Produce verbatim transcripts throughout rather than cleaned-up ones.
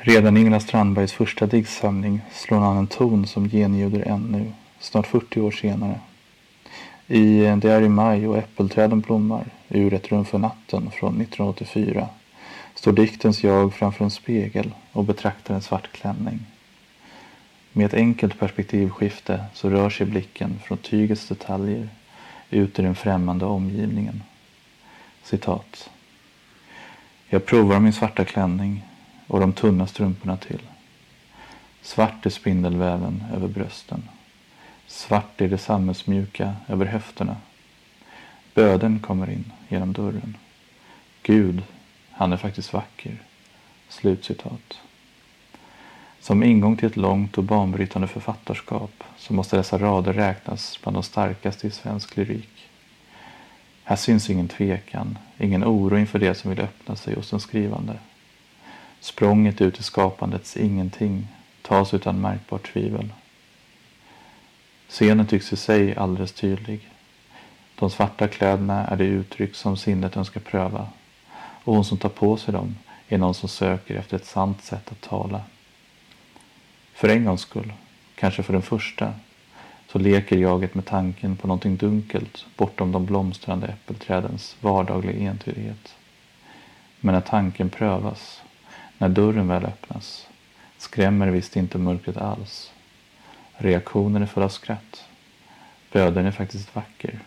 Redan i Ingela Strandbergs första diktsamling slår han en ton som genljuder ännu, snart fyrtio år senare. I Det är i maj och äppelträden blommar, ur Ett rum för natten från nittonhundraåttiofyra, står diktens jag framför en spegel och betraktar en svart klänning. Med ett enkelt perspektivskifte så rör sig blicken från tygets detaljer ut i den främmande omgivningen. Citat. Jag provar min svarta klänning och de tunna strumporna till. Svart är spindelväven över brösten. Svart är det sammetsmjuka över höfterna. Böden kommer in genom dörren. Gud, han är faktiskt vacker. Slutcitat. Som ingång till ett långt och banbrytande författarskap så måste dessa rader räknas bland de starkaste i svensk lyrik. Här syns ingen tvekan, ingen oro inför det som vill öppna sig hos den skrivande. Språnget ut i skapandets ingenting tas utan märkbart tvivel. Scenen tycks i sig alldeles tydlig. De svarta kläderna är det uttryck som sinnet önskar pröva, och hon som tar på sig dem är någon som söker efter ett sant sätt att tala. För en gångs skull, kanske för den första, så leker jaget med tanken på någonting dunkelt bortom de blomstrande äppelträdens vardagliga entydighet. Men när tanken prövas, när dörren väl öppnas, skrämmer visst inte mörkret alls. Reaktionen är full av skratt. Böden är faktiskt vacker.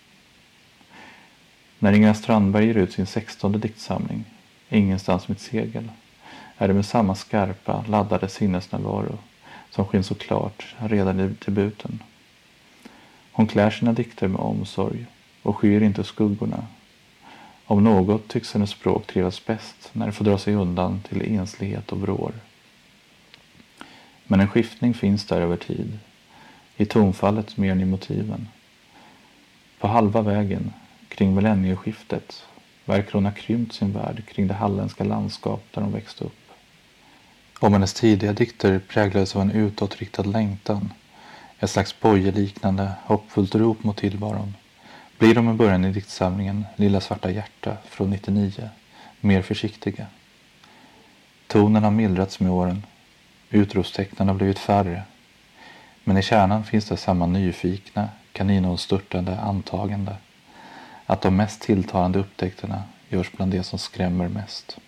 När Ingela Strandberg ger ut sin sextonde diktsamling, Ingenstans mitt segel, är det med samma skarpa, laddade sinnesnärvaro som skinn så klart redan i debuten. Hon klär sina dikter med omsorg och skyr inte skuggorna. Om något tycks hennes språk trivas bäst när det får dra sig undan till enslighet och vrår. Men en skiftning finns där över tid, i tonfallet mer än i motiven. På halva vägen, kring millennieskiftet, verkar hon ha krympt sin värld kring det halländska landskap där hon växte upp. Om hennes tidiga dikter präglades av en utåtriktad längtan, ett slags bojeliknande, hoppfullt rop mot tillvaron, blir de i början i diktsamlingen Lilla svarta hjärta från nittionio mer försiktiga. Tonen har mildrats med åren, utropstecknen har blivit färre, men i kärnan finns det samma nyfikna, kaninhålsstörtande antagande att de mest tilltalande upptäckterna görs bland det som skrämmer mest.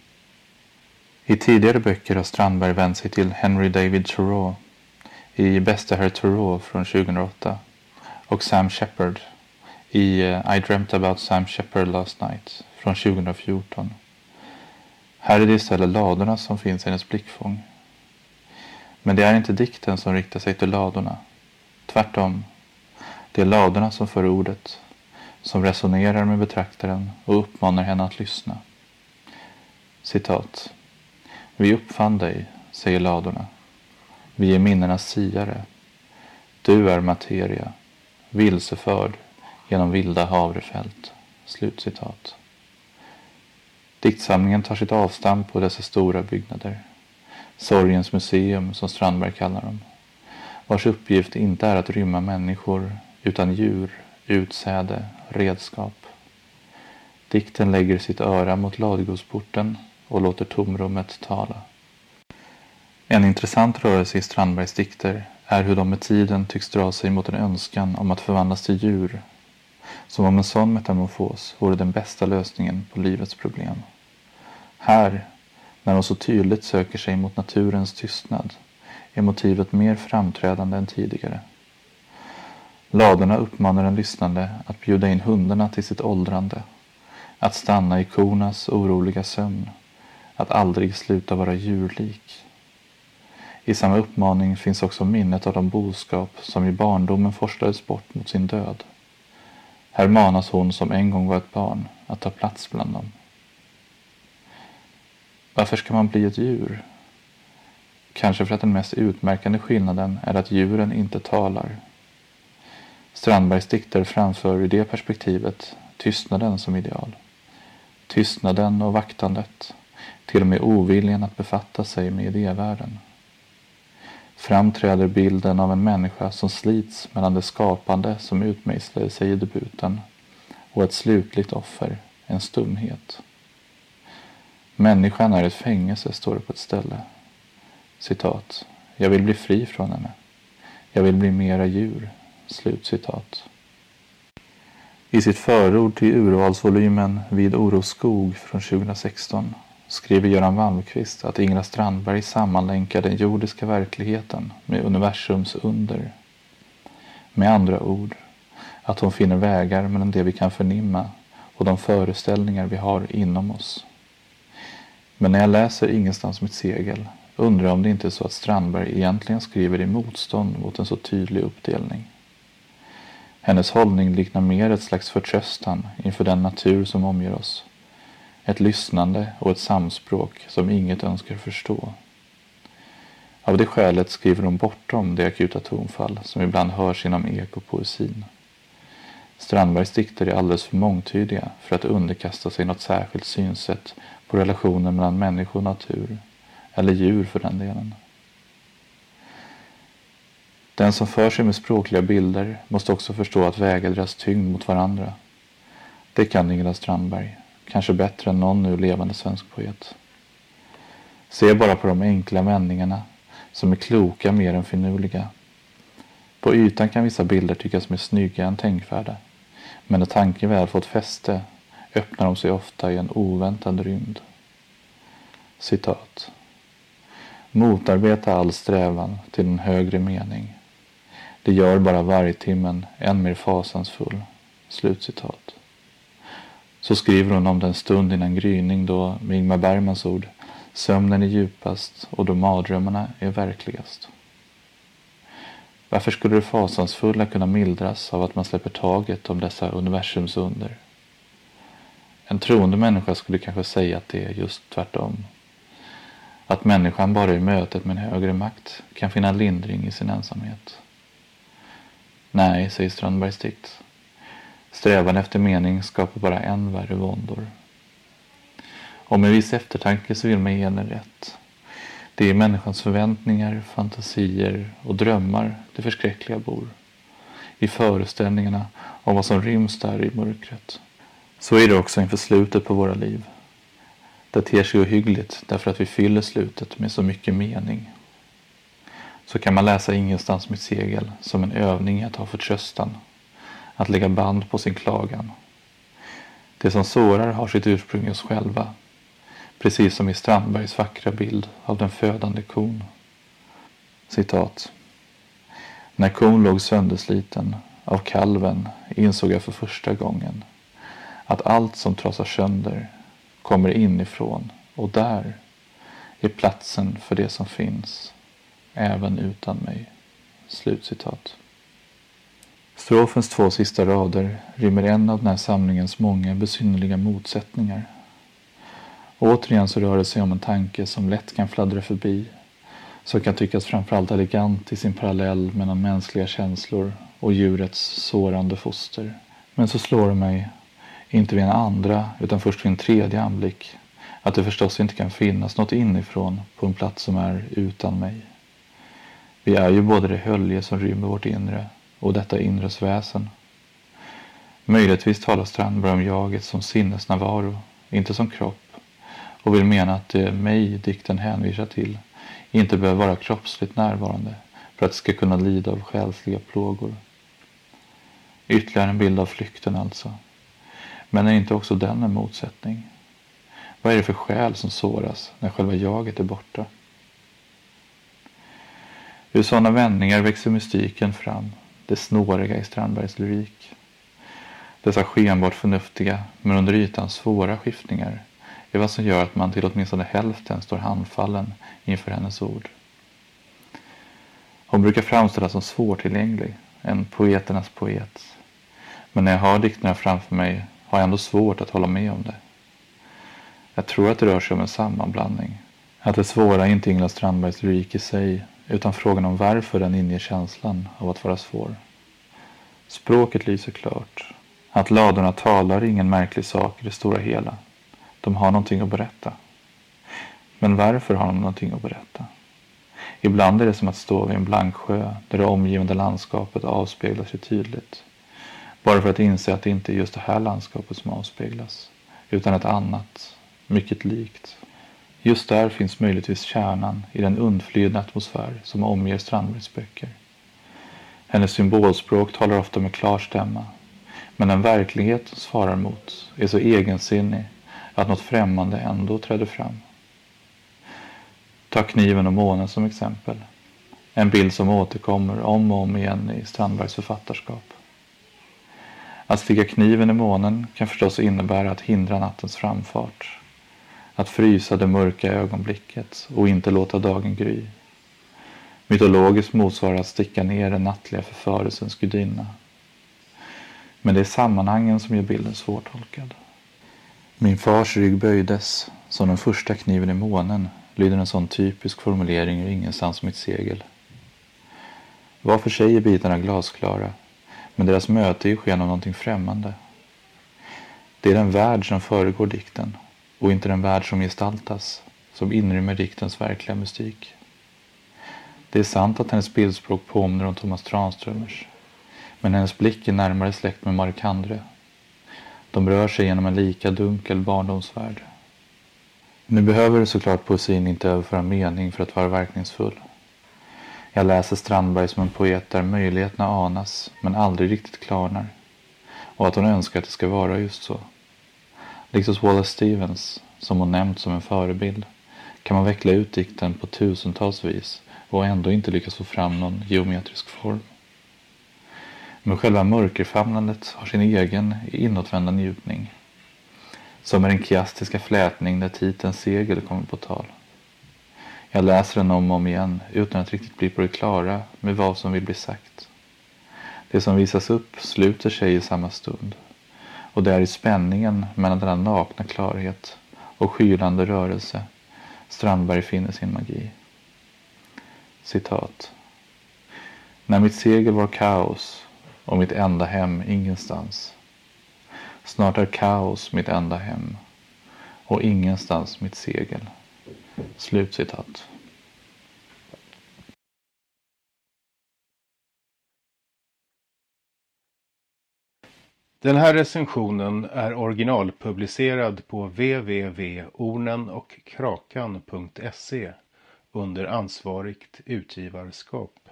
I tidigare böcker har Strandberg vänt sig till Henry David Thoreau, i Bästa herr Thoreau från tjugohundraåtta, och Sam Shepard i I Dreamt About Sam Shepard Last Night från tjugohundrafjorton. Här är det istället ladorna som finns i hennes blickfång. Men det är inte dikten som riktar sig till ladorna. Tvärtom, det är ladorna som för ordet, som resonerar med betraktaren och uppmanar henne att lyssna. Citat. Vi uppfann dig, säger ladorna. Vi är minnenas siare. Du är materia, vilseförd genom vilda havrefält. Slutcitat. Diktsamlingen tar sitt avstamp på dessa stora byggnader. Sorgens museum, som Strandberg kallar dem, vars uppgift inte är att rymma människor utan djur, utsäde, redskap. Dikten lägger sitt öra mot ladugårdsporten och låter tomrummet tala. En intressant rörelse i Strandbergs dikter är hur de med tiden tycks dra sig mot en önskan om att förvandlas till djur, som om en sån metamorfos vore den bästa lösningen på livets problem. Här, när de så tydligt söker sig mot naturens tystnad, är motivet mer framträdande än tidigare. Ladorna uppmanar den lyssnande att bjuda in hundarna till sitt åldrande, att stanna i kornas oroliga sömn, att aldrig sluta vara djurlik. I samma uppmaning finns också minnet av de boskap som i barndomen forslades bort mot sin död. Här manas hon som en gång var ett barn att ta plats bland dem. Varför ska man bli ett djur? Kanske för att den mest utmärkande skillnaden är att djuren inte talar. Strandbergs dikter framför i det perspektivet tystnaden som ideal. Tystnaden och vaktandet, till och med oviljan att befatta sig med idévärlden. Framträder bilden av en människa som slits mellan det skapande som utmejslade sig i debuten och ett slutligt offer, en stumhet. Människan är ett fängelse, står det på ett ställe. Citat. Jag vill bli fri från henne. Jag vill bli mera djur. Slutcitat. I sitt förord till urvalsvolymen Vid Oros skog från tjugohundrasexton skriver Göran Malmqvist att Ingela Strandberg sammanlänkar den jordiska verkligheten med universums under. Med andra ord, att hon finner vägar mellan det vi kan förnimma och de föreställningar vi har inom oss. Men när jag läser Ingenstans mitt segel undrar jag om det inte är så att Strandberg egentligen skriver i motstånd mot en så tydlig uppdelning. Hennes hållning liknar mer ett slags förtröstan inför den natur som omger oss. Ett lyssnande och ett samspråk som inget önskar förstå. Av det skälet skriver hon bortom det akuta tonfall som ibland hörs inom ekopoesin. Strandbergs dikter är alldeles för mångtydiga för att underkasta sig något särskilt synsätt på relationen mellan människa och natur, eller djur för den delen. Den som för sig med språkliga bilder måste också förstå att väga deras tyngd mot varandra. Det kan Ingela Strandberg, kanske bättre än någon nu levande svensk poet. Se bara på de enkla vändningarna som är kloka mer än finurliga. På ytan kan vissa bilder tyckas mer snygga än tänkvärda, men när tanken väl fått fäste öppnar de sig ofta i en oväntad rymd. Citat. Motarbeta all strävan till en högre mening. Det gör bara vargtimmen än mer fasansfull. Slutcitat. Så skriver hon om den stund innan gryning då, med Ingmar Bergmans ord, sömnen är djupast och då mardrömmarna är verkligast. Varför skulle det fasansfulla kunna mildras av att man släpper taget om dessa universums under? En troende människa skulle kanske säga att det är just tvärtom. Att människan bara i mötet med en högre makt kan finna lindring i sin ensamhet. Nej, säger Strandbergs dikt. Strävan efter mening skapar bara en värre våndor. Och med viss eftertanke så vill man ge henne rätt. Det är människans förväntningar, fantasier och drömmar det förskräckliga bor. I föreställningarna om vad som ryms där i mörkret. Så är det också inför slutet på våra liv. Det ter sig ohyggligt därför att vi fyller slutet med så mycket mening. Så kan man läsa Ingenstans mitt segel som en övning i att ha förtröstan. Att lägga band på sin klagan. Det som sårar har sitt ursprung i oss själva. Precis som i Strandbergs vackra bild av den födande kon. Citat. När kon låg söndersliten av kalven insåg jag för första gången att allt som trasar sönder kommer inifrån och där är platsen för det som finns, även utan mig. Slutcitat. Strofens två sista rader rymmer en av den här samlingens många besynnerliga motsättningar. Återigen så rör det sig om en tanke som lätt kan fladdra förbi, som kan tyckas framförallt elegant i sin parallell mellan mänskliga känslor och djurets sårande foster. Men så slår det mig, inte vid en andra utan först vid en tredje anblick, att det förstås inte kan finnas något inifrån på en plats som är utan mig. Vi är ju både det hölje som rymmer vårt inre och detta inres väsen. Möjligtvis talar Strandberg om jaget som sinnesnärvaro, inte som kropp, och vill mena att det mig dikten hänvisar till inte behöver vara kroppsligt närvarande för att det ska kunna lida av själsliga plågor. Ytterligare en bild av flykten alltså. Men är inte också den en motsättning? Vad är det för själ som såras när själva jaget är borta? Ur sådana vändningar växer mystiken fram, det snåriga i Strandbergs lyrik. Dessa skenbart förnuftiga, men under ytan svåra skiftningar är vad som gör att man till åtminstone hälften står handfallen inför hennes ord. Hon brukar framställas som svårtillgänglig, en poeternas poet. Men när jag har dikterna framför mig har jag ändå svårt att hålla med om det. Jag tror att det rör sig om en sammanblandning. Att det svåra är inte Ingela Strandbergs lyrik i sig, utan frågan om varför den inger känslan av att vara svår. Språket lyser klart. Att ladorna talar är ingen märklig sak i det stora hela. De har någonting att berätta. Men varför har de någonting att berätta? Ibland är det som att stå vid en blank sjö där det omgivande landskapet avspeglar sig tydligt. Bara för att inse att det inte är just det här landskapet som avspeglas, utan ett annat, mycket likt. Just där finns möjligtvis kärnan i den undflyende atmosfär som omger Strandbergs böcker. Hennes symbolspråk talar ofta med klar stämma, men den verklighet hon svarar mot är så egensinnig att något främmande ändå träder fram. Ta Kniven och månen som exempel. En bild som återkommer om och om igen i Strandbergs författarskap. Att sticka kniven i månen kan förstås innebära att hindra nattens framfart. Att frysa det mörka ögonblicket och inte låta dagen gry. Mytologiskt motsvarar att sticka ner den nattliga förförelsens gudinna. Men det är sammanhangen som gör bilden svårtolkad. Min fars rygg böjdes, som den första kniven i månen, lyder en sån typisk formulering ur Ingenstans mitt segel. Var för sig är bitarna glasklara, men deras möte är sken av någonting främmande. Det är den värld som föregår dikten, och inte den värld som gestaltas, som inrymmer diktens verkliga mystik. Det är sant att hennes bildspråk påminner om Thomas Tranströmers, men hennes blick är närmare släkt med Marek André. De rör sig genom en lika dunkel barndomsvärld. Nu behöver såklart poesin inte överföra mening för att vara verkningsfull. Jag läser Strandberg som en poet där möjligheterna anas men aldrig riktigt klarnar, och att hon önskar att det ska vara just så. Likt hos Wallace Stevens, som hon nämnt som en förebild, kan man veckla ut dikten på tusentals vis och ändå inte lyckas få fram någon geometrisk form. Men själva mörkerfamnandet har sin egen inåtvända njutning, som är den kiastiska flätning där titelns segel kommer på tal. Jag läser den om och om igen utan att riktigt bli på det klara med vad som vill bli sagt. Det som visas upp sluter sig i samma stund, och det är i spänningen mellan denna nakna klarhet och skylande rörelse Strandberg finner sin magi. Citat. När mitt segel var kaos och mitt enda hem ingenstans. Snart är kaos mitt enda hem och ingenstans mitt segel. Slutcitat. Den här recensionen är originalpublicerad på w w w punkt ornen och krakan punkt se under ansvarigt utgivarskap.